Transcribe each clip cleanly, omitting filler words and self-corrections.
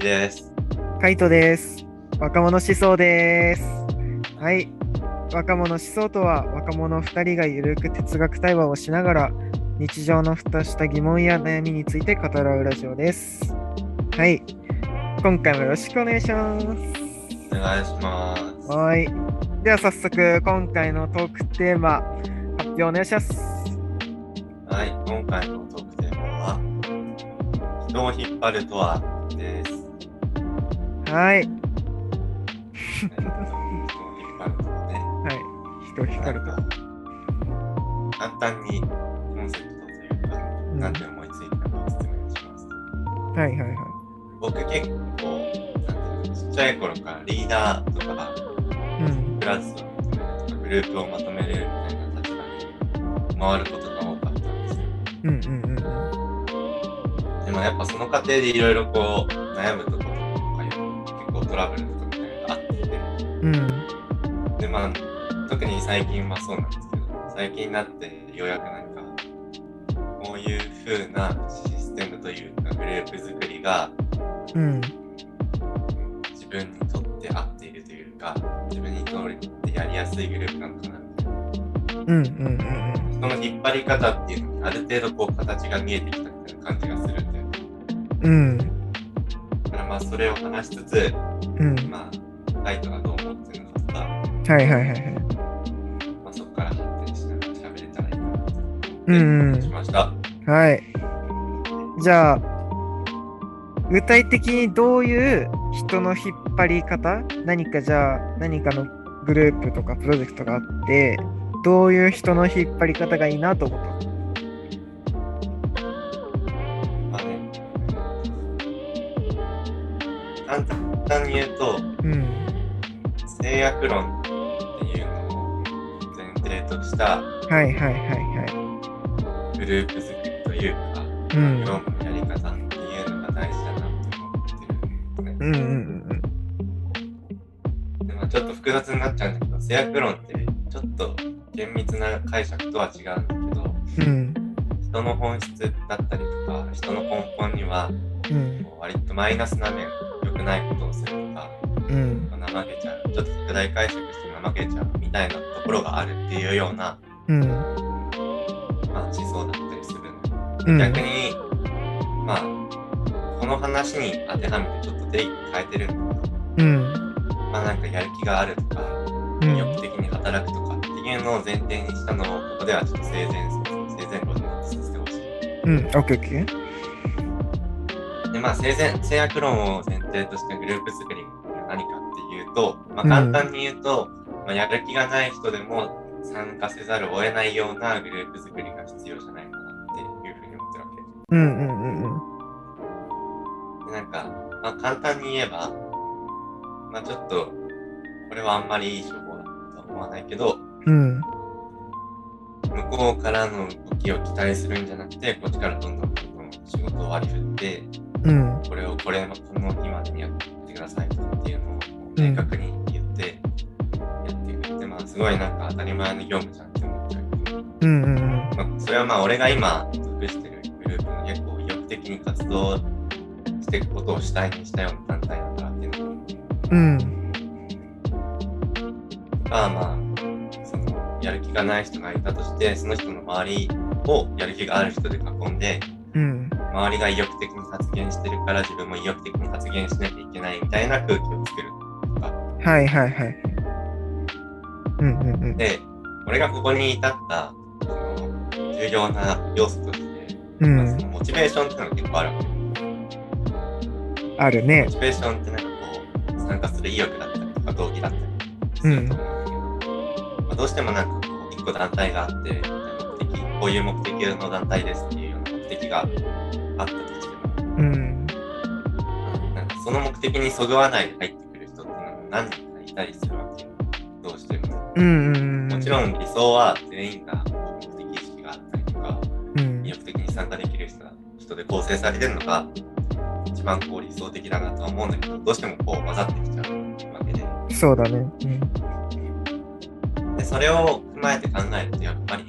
です。 カイトです。若者思想です。はい。若者思想とは、若者2人がゆるく哲学対話をしながら、日常のふとした疑問や悩みについて語らうラジオです。はい。今回もよろしくお願いします。 お願いします。 はい。では早速、今回のトークテーマ、発表お願いします。 はい、今回のトークテーマは、人を引っ張るとはです。 はい。 人を引っ張るとはね。 はい。人を引っ張ると。 簡単にコンセプトというか、なんて思いついたかを説明します。 はいはいはい。 僕結構、ちっちゃい頃からリーダーとか、クラスをまとめるとか、グループをまとめるみたいな立場に回ることが多かったんですよ。でもやっぱその過程でいろいろこう悩むところとか結構トラブルとかみたいなのがあって、でまあ特に最近はそうなんですけど、最近になってようやくなんかこういう風なシステムというかグループ作りが、自分にとって合っているというか、自分にとってやりやすいグループなのかなみたいな。その引っ張り方っていうのにある程度こう形が見えてきたみたいな感じがするんで。だからまあそれを話しつつ、まあカイトがどう思ってるのかとか、まあそこから発展しながら喋れたらいいかなと思ってしました。 はい。じゃあ具体的にどういう人の引っ張り方、何かのグループとかプロジェクトがあって、どういう人の引っ張り方がいいなと思った？ まあね、簡単に言うと、制約論っていうのを前提としたグループ作りというか、業務のやり方っていうのが大事だなって思ってるんですね。でまあ、ちょっと複雑になっちゃうんだけど、制約論ってちょっと厳密な解釈とは違うんだけど、人の本質だったりとか人の根本には、割とマイナスな面、良くないことをするとか、怠けちゃう、ちょっと拡大解釈して怠けちゃうみたいなところがあるっていうような、まあ、思想だったりするの。逆にまあこの話に当てはめてちょっと定義変えてるんだけど、まあなんかやる気があるとか、意欲的に働くとかっていうのを前提にしたのをここではちょっと生前論にさせてほしい。 オッケー。 でまあ制約論を前提としたグループ作りが何かっていうと、まあ、簡単に言うと、まあ、やる気がない人でも参加せざるを得ないようなグループ作りが必要じゃないかなっていうふうに思ってるわけ。でなんか、まあ、簡単に言えば、まあちょっとこれはあんまりいい手法だとは思わないけど、向こうからの動きを期待するんじゃなくて、こっちからどんどん仕事を割り振って、この日までにやってくださいっていうのを明確に言ってやっていくって、まあすごいなんか当たり前の業務じゃんって思っちゃうけど、まあ、それはまあ俺が今属してるグループの結構意欲的に活動していくことを主体にしたような団体だからっていうのが、まあそのやる気がない人がいたとして、その人の周りをやる気がある人で囲んで、周りが意欲的に発言してるから自分も意欲的に発言しなきゃいけないみたいな空気を作るとか。で、俺がここに至った重要な要素として、そのモチベーションっていうのが結構あるわけ。 あるね。 モチベーションってなんかこう参加する意欲だったりとか動機だったりすると思うんだけど、まあ、どうしてもなんかこう一個団体があって、こういう目的の団体ですっていうような目的があったとしても、なんかその目的にそぐわないで入ってくる人っていうのが何人かいたりするわけよ、どうしても。もちろん理想は全員が目的意識があったりとか、意欲的に参加できる人で構成されてるのが一番こう理想的だなとは思うんだけど、どうしてもこう混ざってきちゃうわけで。 そうだね。 でそれを踏まえて考えるとやっぱり、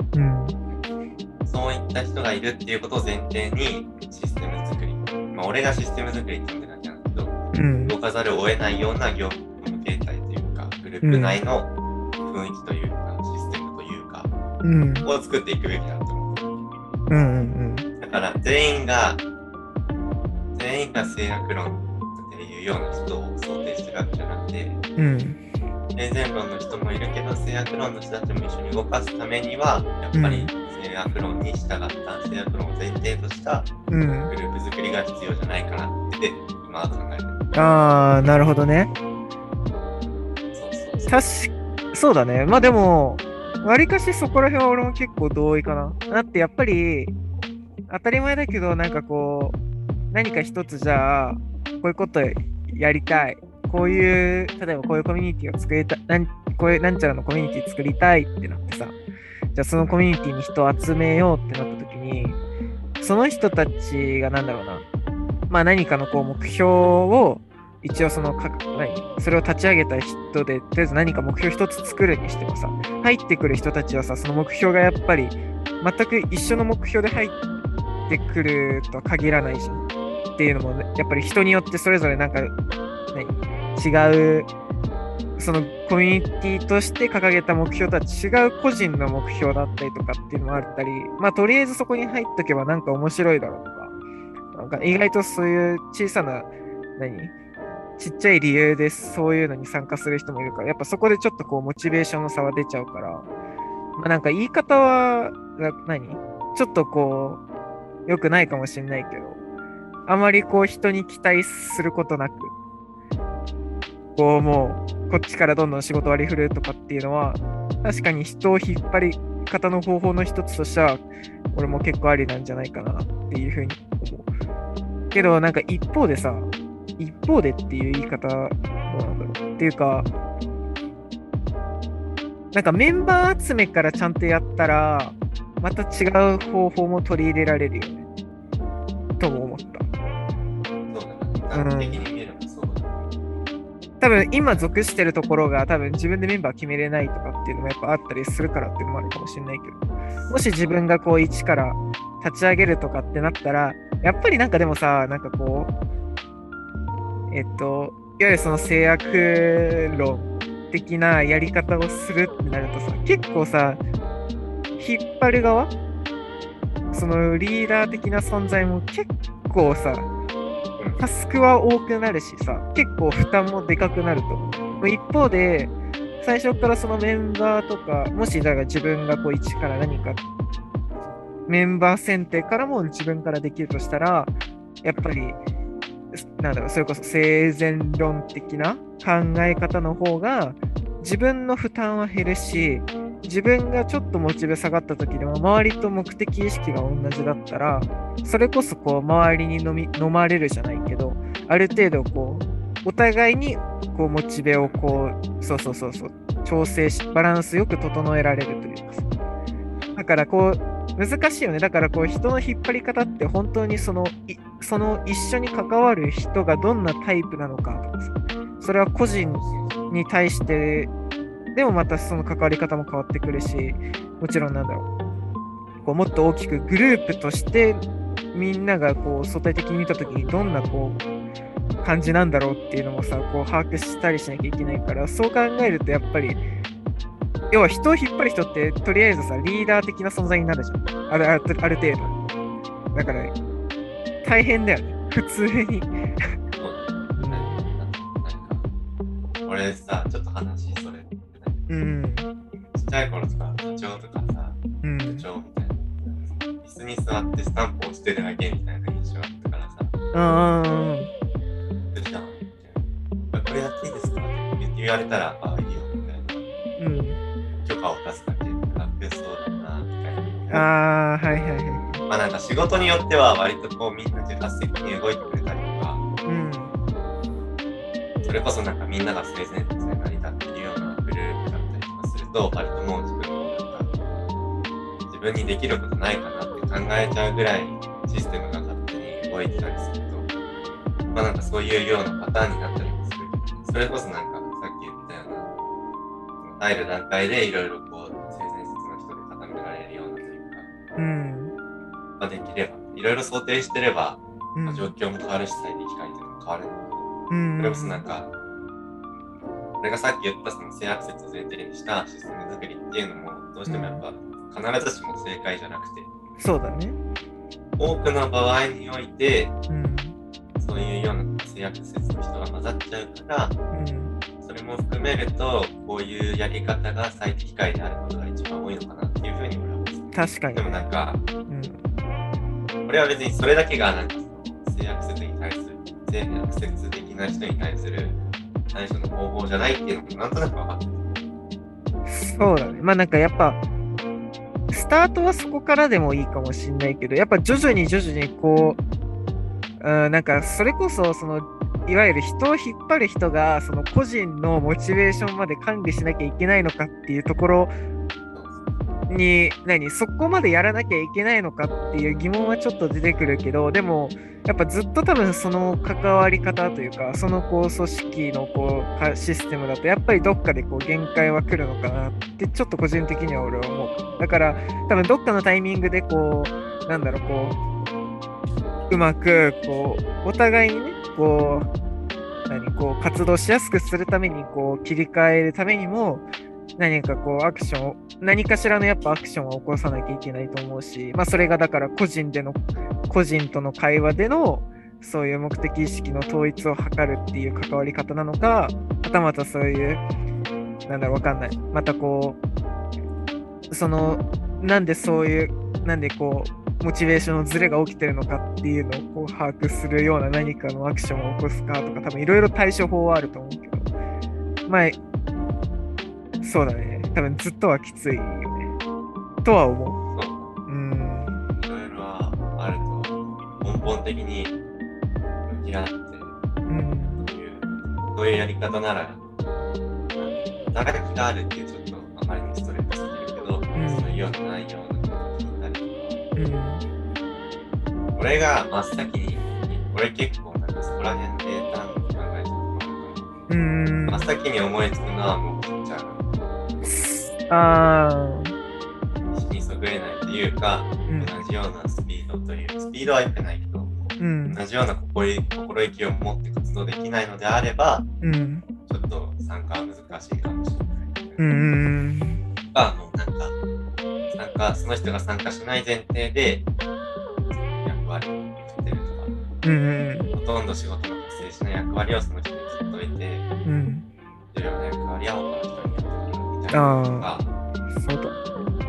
そういった人がいるっていうことを前提にシステム作り、まあ俺がシステム作りって呼んでるだけなんだけ動かざるを得ないような業務形態というか、グループ内の雰囲気というか、システムというか、を作っていくべきだと思う。だから全員が制約論っていうような人を想定してるわけじゃなくて、性善論の人もいるけど、制約論の人たちも一緒に動かすためには、やっぱり制約論に従った制約論を前提としたグループ作りが必要じゃないかなって今は考えてる。 ああ、なるほどね。そうだね。まあでも、わりかしそこら辺は俺も結構同意かな。だってやっぱり、当たり前だけど、なんかこう、何か一つじゃあ、こういうことやりたい。こういう、例えばこういうコミュニティを作りたい。こういうなんちゃらのコミュニティ作りたいってなってさ、じゃあそのコミュニティに人を集めようってなった時に、その人たちがなんだろうな、まあ何かのこう目標を、一応それを立ち上げた人で、とりあえず何か目標一つ作るにしてもさ、入ってくる人たちはさ、その目標がやっぱり全く一緒の目標で入ってくるとは限らないじゃん。っていうのも、ね、やっぱり人によってそれぞれなんか、違う、そのコミュニティとして掲げた目標とは違う個人の目標だったりとかっていうのもあったり、まあとりあえずそこに入っとけばなんか面白いだろうとか、なんか意外とそういう小さな、ちっちゃい理由でそういうのに参加する人もいるから、やっぱそこでちょっとこうモチベーションの差は出ちゃうから、まあなんか言い方は、ちょっとこう、良くないかもしれないけど、あまりこう人に期待することなく、こうもうこっちからどんどん仕事割り振るとかっていうのは、確かに人を引っ張り方の方法の一つとしては、俺も結構ありなんじゃないかなっていうふうに思う。けどなんか一方でっていう言い方、どうなんだろうっていうか、なんかメンバー集めからちゃんとやったら、また違う方法も取り入れられるよね。とも思った。 短期的に見ればそうだ。 多分今属してるところが多分自分でメンバー決めれないとかっていうのもやっぱあったりするからっていうのもあるかもしれないけど、もし自分がこう一から立ち上げるとかってなったら、やっぱりなんかでもさ、なんかこう、いわゆるその制約論的なやり方をするってなるとさ、結構さ、引っ張る側、そのリーダー的な存在も結構さ、タスクは多くなるしさ、結構負担もでかくなると思う。一方で、最初からそのメンバーとか、もしだから自分がこう一から何かメンバー選定からも自分からできるとしたら、やっぱりなんだろう、それこそ生前論的な考え方の方が自分の負担は減るし、自分がちょっとモチベ下がった時でも周りと目的意識が同じだったら、それこそこう周りに飲まれるじゃないけど、ある程度こうお互いにこうモチベをこう調整しバランスよく整えられるというかさ、だからこう難しいよね。だからこう人の引っ張り方って本当にその一緒に関わる人がどんなタイプなのかとかさ、それは個人に対してでもまたその関わり方も変わってくるし、もちろんなんだろう、こうもっと大きくグループとしてみんながこう相対的に見た時にどんなこう感じなんだろうっていうのもさ、こう把握したりしなきゃいけないから、そう考えるとやっぱり要は人を引っ張る人ってとりあえずさ、リーダー的な存在になるじゃん。ある程度。だから、大変だよね。普通に。 俺さ、ちょっと話それ。ちっちゃい頃とか、部長とかさ、部長みたいな。椅子に座ってスタンプを押してるだけみたいな印象あったからさ。どうしたのみたいな。これやっていいですかって言われたら、ああ、いいよみたいな。許可を出すだけ楽そうだなみたいな。 ああ、はいはいはい。 まあなんか仕事によっては割とこうみんな自発的に動いてくれたりとか、それこそなんかみんなが性善説で成り立っているようなグループだったりとかすると、割ともう自分にできることないかなって考えちゃうぐらいシステムが勝手に動いてたりすると、まあなんかそういうようなパターンになったりもするけど、それこそなんかさっき言ったような入る段階でいろいろこう性善説の人で固められるようなというか、できればいろいろ想定してれば、状況も変わるし最適解っていうのも変わるうんそれこそなんか、俺がさっき言ったその性悪説を前提にしたシステム作りっていうのも、どうしてもやっぱ必ずしも正解じゃなくて、 そうだね。 多くの場合において、 うんそういうような性悪説の人が混ざっちゃうから、それも含めると、こういうやり方が最適解であることが一番多いのかなっていうふうに俺は思う。 確かに。 でもなんか、俺は別にそれだけがなんか性悪説に対する、性悪説的な人に対する対処の方法じゃないっていうのもなんとなく分かってる。 そうだね。まあなんかやっぱ、スタートはそこからでもいいかもしんないけど、やっぱ徐々にこう、なんかそれこそそのいわゆる人を引っ張る人がその個人のモチベーションまで管理しなきゃいけないのかっていうところにそこまでやらなきゃいけないのかっていう疑問はちょっと出てくるけど、でもやっぱずっと多分その関わり方というか、そのこう組織のこうシステムだとやっぱりどっかでこう限界は来るのかなってちょっと個人的には俺は思う。だから多分どっかのタイミングでこうなんだろう、こううまくこうお互いにねこう活動しやすくするためにこう切り替えるためにも何かこうアクションを何かしらのやっぱアクションを起こさなきゃいけないと思うし、まあそれがだから個人との会話でのそういう目的意識の統一を図るっていう関わり方なのか、はたまたそういうなんだろうわかんない、またこうそのなんでこうモチベーションのズレが起きてるのかっていうのをこう把握するような何かのアクションを起こすかとか、多分いろいろ対処法はあると思うけど、まあそうだね、多分ずっとはきついよねとは思う。 いろいろはあると根本的に向き合って、どういうやり方なら働きがあるっていうちょっとあまりにストレートすぎるけど、そういうような内容のことを聞いたりとか、俺が真っ先に俺結構なんかそこら辺で単に考えちゃうところ真っ先に思いつくのはもうピッチャーにそぐれないというか、同じようなスピードというスピードは良くないけど、同じような心意気を持って活動できないのであれば、ちょっと参加は難しいかもしれない。もうなんかその人が参加しない前提で役割を振ってるとか、ほとんど仕事の発生しない役割をその人に振っといて、重要な役割は他の人にやってもらうみたいなとか。 そうだ。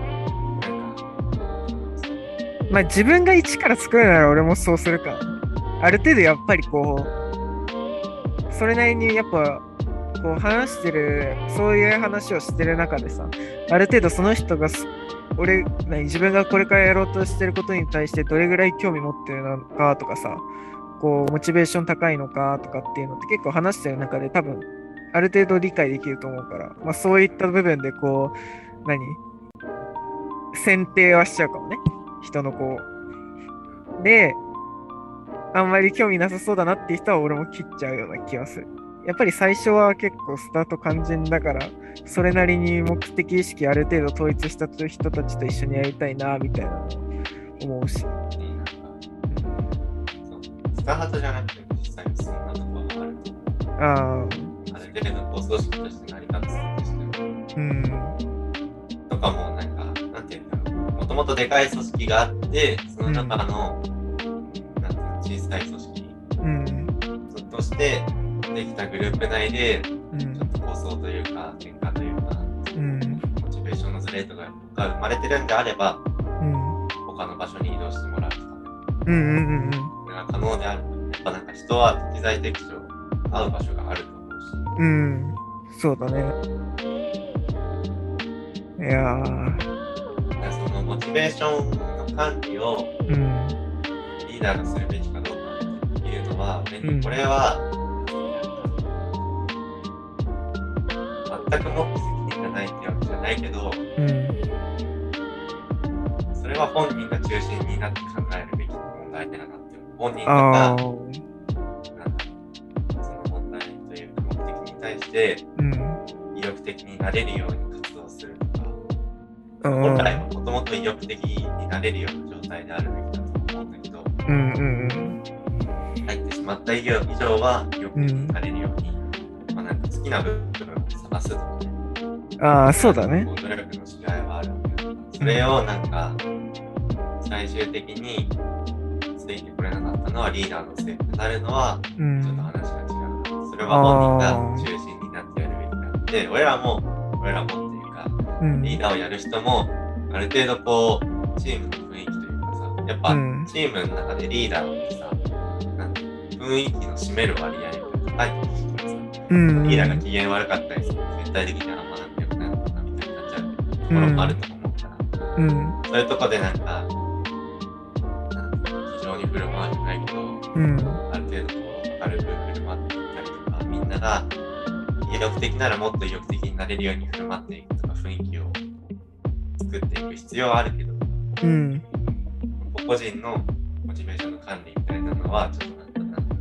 まあ自分が一から作るなら俺もそうするから、ある程度やっぱりこうそれなりにやっぱこう話してる、そういう話をしてる中でさ、ある程度その人が自分がこれからやろうとしてることに対してどれぐらい興味持ってるのかとかさ、こうモチベーション高いのかとかっていうのって結構話してる中で多分ある程度理解できると思うから、まあそういった部分でこう選定はしちゃうかもね、人のこうであんまり興味なさそうだなっていう人は俺も切っちゃうような気がする。やっぱり最初は結構スタート肝心だから、それなりに目的意識ある程度統一した人たちと一緒にやりたいなみたいなの思うし。 スタートじゃなくても実際にそんなところがあると思う。ある程度こう組織として成り立つとしても。とかもなんていうんだろう。もともとでかい組織があって、その中の、小さい組織としてできたグループ内で、ちょっと構想というか、喧嘩というか、モチベーションのズレとかが生まれてるんであれば、他の場所に移動してもらうとか、それが可能である。やっぱなんか人は適材適所会う場所があると思うし。 そうだね。いやそのモチベーションの管理をリーダーがするべきかどうかっていうのは、これは、全くもって責任がないってわけじゃないけど、それは本人が中心になって考えるべき問題だなって。本人がその問題というか目的に対して意欲的になれるように活動するとか、本来はもともと意欲的になれるような状態であるべきだと思うんだけど、入ってしまった以上は意欲なれるように、なんか好きな部分を探すとかね。 ああ、そうだね。 努力の違いはあるんだけど、それをなんか、最終的についてこれなかったのはリーダーのせいってなるのは、ちょっと話が違う。それは本人が中心になってやるべきであって、俺らもっていうか、リーダーをやる人も、ある程度こう、チームの雰囲気というかさ、やっぱチームの中でリーダーってさ、雰囲気の占める割合が高いと思うからさ、リーダーが機嫌悪かったりすると全体的にあんまなんか良くないのかなみたいになっちゃうところもあると思うから、そういうとこでなんか、非常に振る舞うじゃないけど、ある程度こう軽く振る舞っていったりとか、みんなが意欲的ならもっと意欲的になれるように振る舞っていくとか、雰囲気を作っていく必要はあるけど、個々人のモチベーションの管理みたいなのはちょっと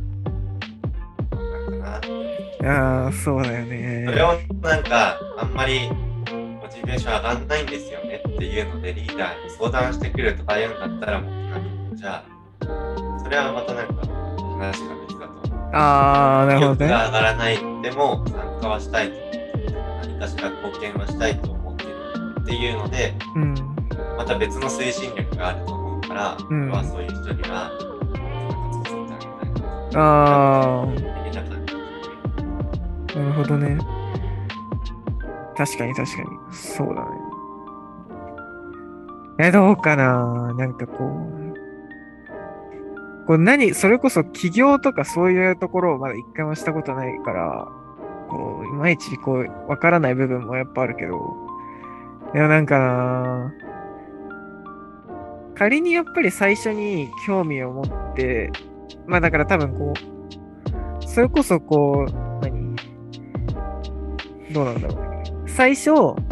ああ、そうだよね。 それをなんかあんまりモチベーション上がんないんですよねっていうのでリーダーに相談してくるとか言うんだったらもうなんかじゃあそれはまたなんか話が別だと思う。 ああ、なるほどね。 意欲が上がらないでも参加はしたいと思ってるとか何かしら貢献はしたいと思ってるっていうので、また別の推進力があると思うから、俺はそういう人には参加させてあげたいな。 ああ。なるほどね。確かに。そうだね。どうかな。なんかそれこそ起業とかそういうところをまだ一回もしたことないから、いまいちわからない部分もやっぱあるけど、でもなんかな、仮にやっぱり最初に興味を持って、だから多分それこそどうなんだろうね。最初、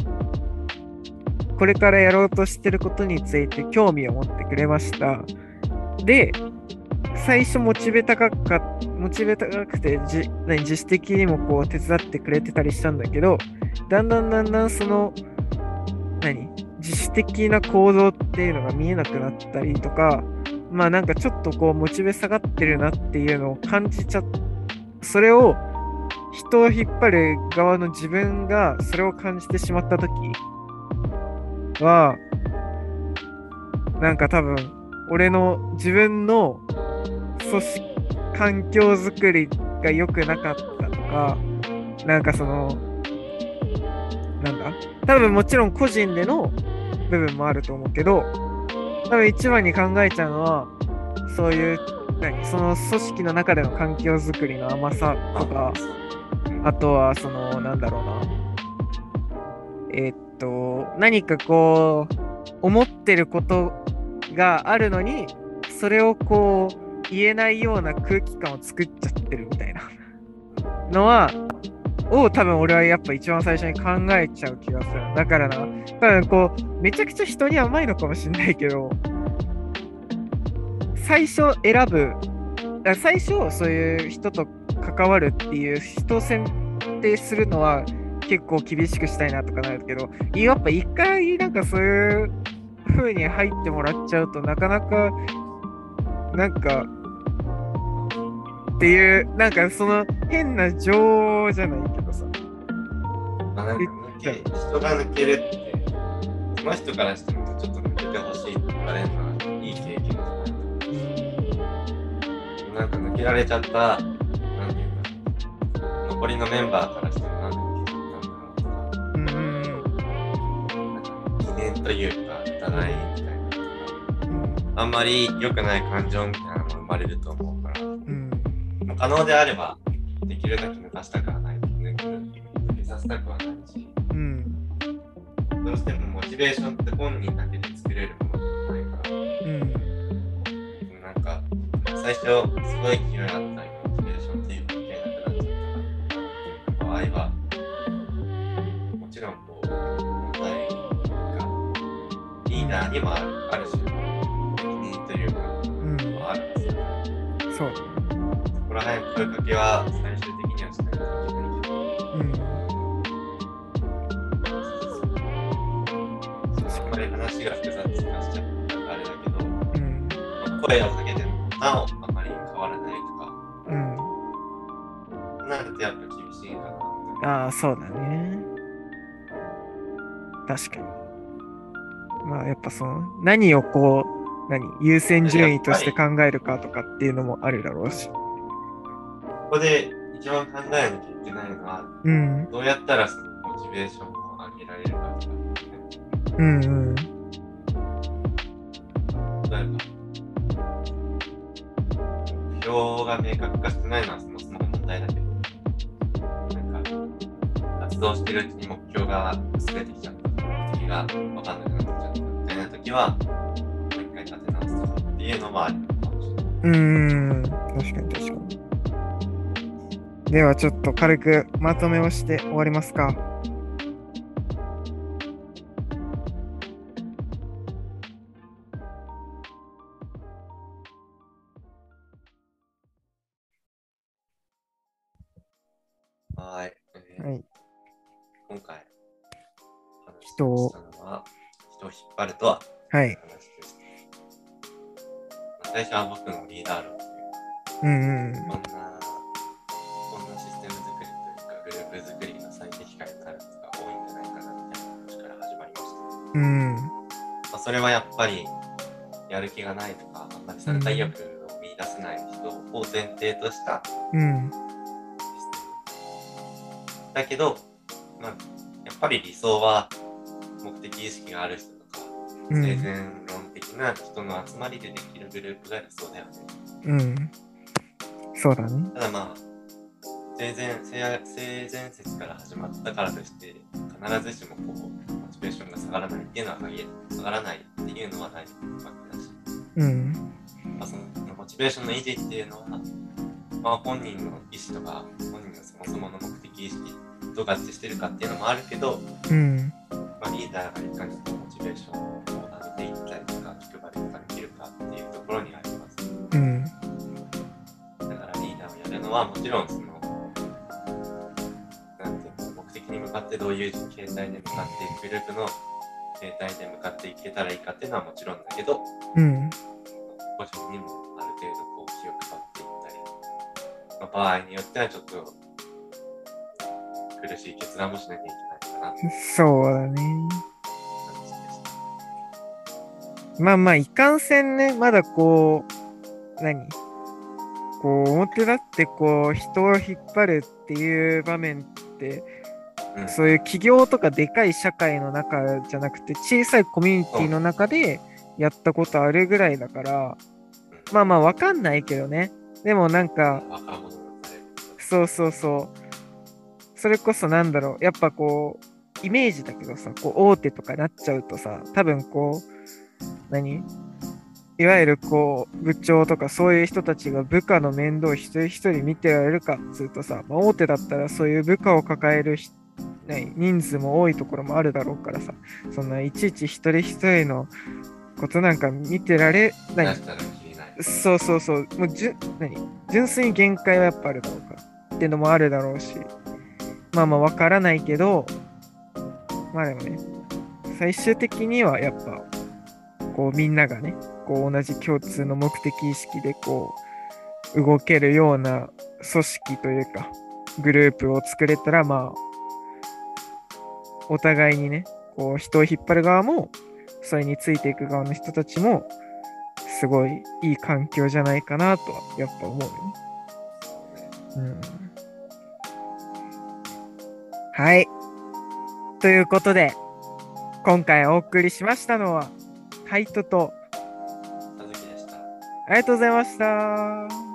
これからやろうとしてることについて興味を持ってくれました。で、最初モチベ高くて自主的にも手伝ってくれてたりしたんだけど、だんだんその、自主的な行動っていうのが見えなくなったりとか、なんかちょっとモチベ下がってるなっていうのを感じちゃっそれを人を引っ張る側の自分がそれを感じてしまったときは、なんか多分、自分の環境づくりが良くなかったとか、なんか多分もちろん個人での部分もあると思うけど、多分一番に考えちゃうのは、そういう、その組織の中での環境づくりの甘さとか、あとは、何か思ってることがあるのに、それを言えないような空気感を作っちゃってるみたいなのを多分俺はやっぱ一番最初に考えちゃう気がする。だからな、多分めちゃくちゃ人に甘いのかもしれないけど、最初そういう人と関わるっていう人を選定するのは結構厳しくしたいなとかなるけど、やっぱ一回なんかそういう風に入ってもらっちゃうとなかなかなんかっていうなんかその変な情じゃないけどさ、 なんか人が抜けるってその人からしてもちょっと抜けてほしいって言われるのはいい経験じゃない。なんか抜けられちゃった、なんていうんだろう、残りのメンバーからしてもなんで抜けちゃったんだろうとか、なんか疑念というか疑いみたいなとか、あんまり良くない感情みたいなのも生まれると思うから、もう可能であればできるだけ抜かしたくはない、抜けさせたくはないし、どうしてもモチベーションって本人だけで作れるものじゃないから、なんか最初すごい勢いあったモチベーションっていう関係なくなっちゃった場合は、もちろん問題がリーダーにもある種責任というか、あるはずだから、 そうそこら辺声かけは最終的にはしないといけないけど、あんまり話が複雑化しちゃったからあれだけど、声をかけてもなおあまり変わらないとか、 ああ、そうだね。確かに。まあ、やっぱ何を優先や順位としてっぱり、 考えるかとかっていうのもあるだろうし。 ここで一番考えなきゃいけないのは、 うん。 どうやったらそのモチベーションを上げられるかとか、 うんうん。 例えば、目標が明確化してないのはそもそも問題だけど、なんか、活動してるうちに目標が薄れてきちゃった、目的が分かんなくなってきちゃったみたいな時は、もう一回立て直すとかっていうのもあるかもしれない。 確かに確かに。ではちょっと軽くまとめをして終わりますか。 はい。 はい。 今回話人を、 したのは、人を引っ張るとははい。 いう話でした。最初は僕のリーダー論といううんうん。 こんなシステム作りというか、グループ作りが最適解になることが多いんじゃないかなみたいな話から始まりました。 うん。 それはやっぱり、やる気がないとか、あんまり参加意欲を見出せない人を前提としたうん。 システム。だけど、やっぱり理想は目的意識がある人とか、生前論的な人の集まりでできるグループが理想だよね。 うん。そうだね。 ただ性善説から始まったからとして、必ずしもモチベーションが下がらないっていうのは下がらないっていうのはないわけだし、そのモチベーションの維持っていうのは、本人の意思とか、本人のそもそもの目的意識と合致してるかっていうのもあるけど、リーダーがいかにモチベーションを上げていったりとか、気配りとかできるかっていうところにあります。だからリーダーをやるのはもちろん目的に向かってどういう形態で向かっていくグループの形態で向かっていけたらいいかっていうのはもちろんだけど、個人にもある程度気を配っていったり、場合によってはちょっと苦しい決断もしなきゃいけないかな。 そうだね。いかんせんね、まだ表立って人を引っ張るっていう場面って、そういう企業とかでかい社会の中じゃなくて、小さいコミュニティの中でやったことあるぐらいだから、わかんないけどね。でもそうそうそう。それこそやっぱイメージだけどさ、大手とかなっちゃうとさ、多分いわゆる部長とかそういう人たちが部下の面倒を一人一人見てられるかっつうとさ、大手だったらそういう部下を抱える人数も多いところもあるだろうからさ、そんないちいち一人一人のことなんか見てられない。そうそうそう。もう純粋に限界はやっぱあるだろうかっていうのもあるだろうし、わからないけど、でもね、最終的にはやっぱみんながね、同じ共通の目的意識で動けるような組織というかグループを作れたらお互いにね人を引っ張る側もそれについていく側の人たちもすごいいい環境じゃないかなとはやっぱ思うよね。はい。ということで今回お送りしましたのはカイトと佐々木でした。 ありがとうございました。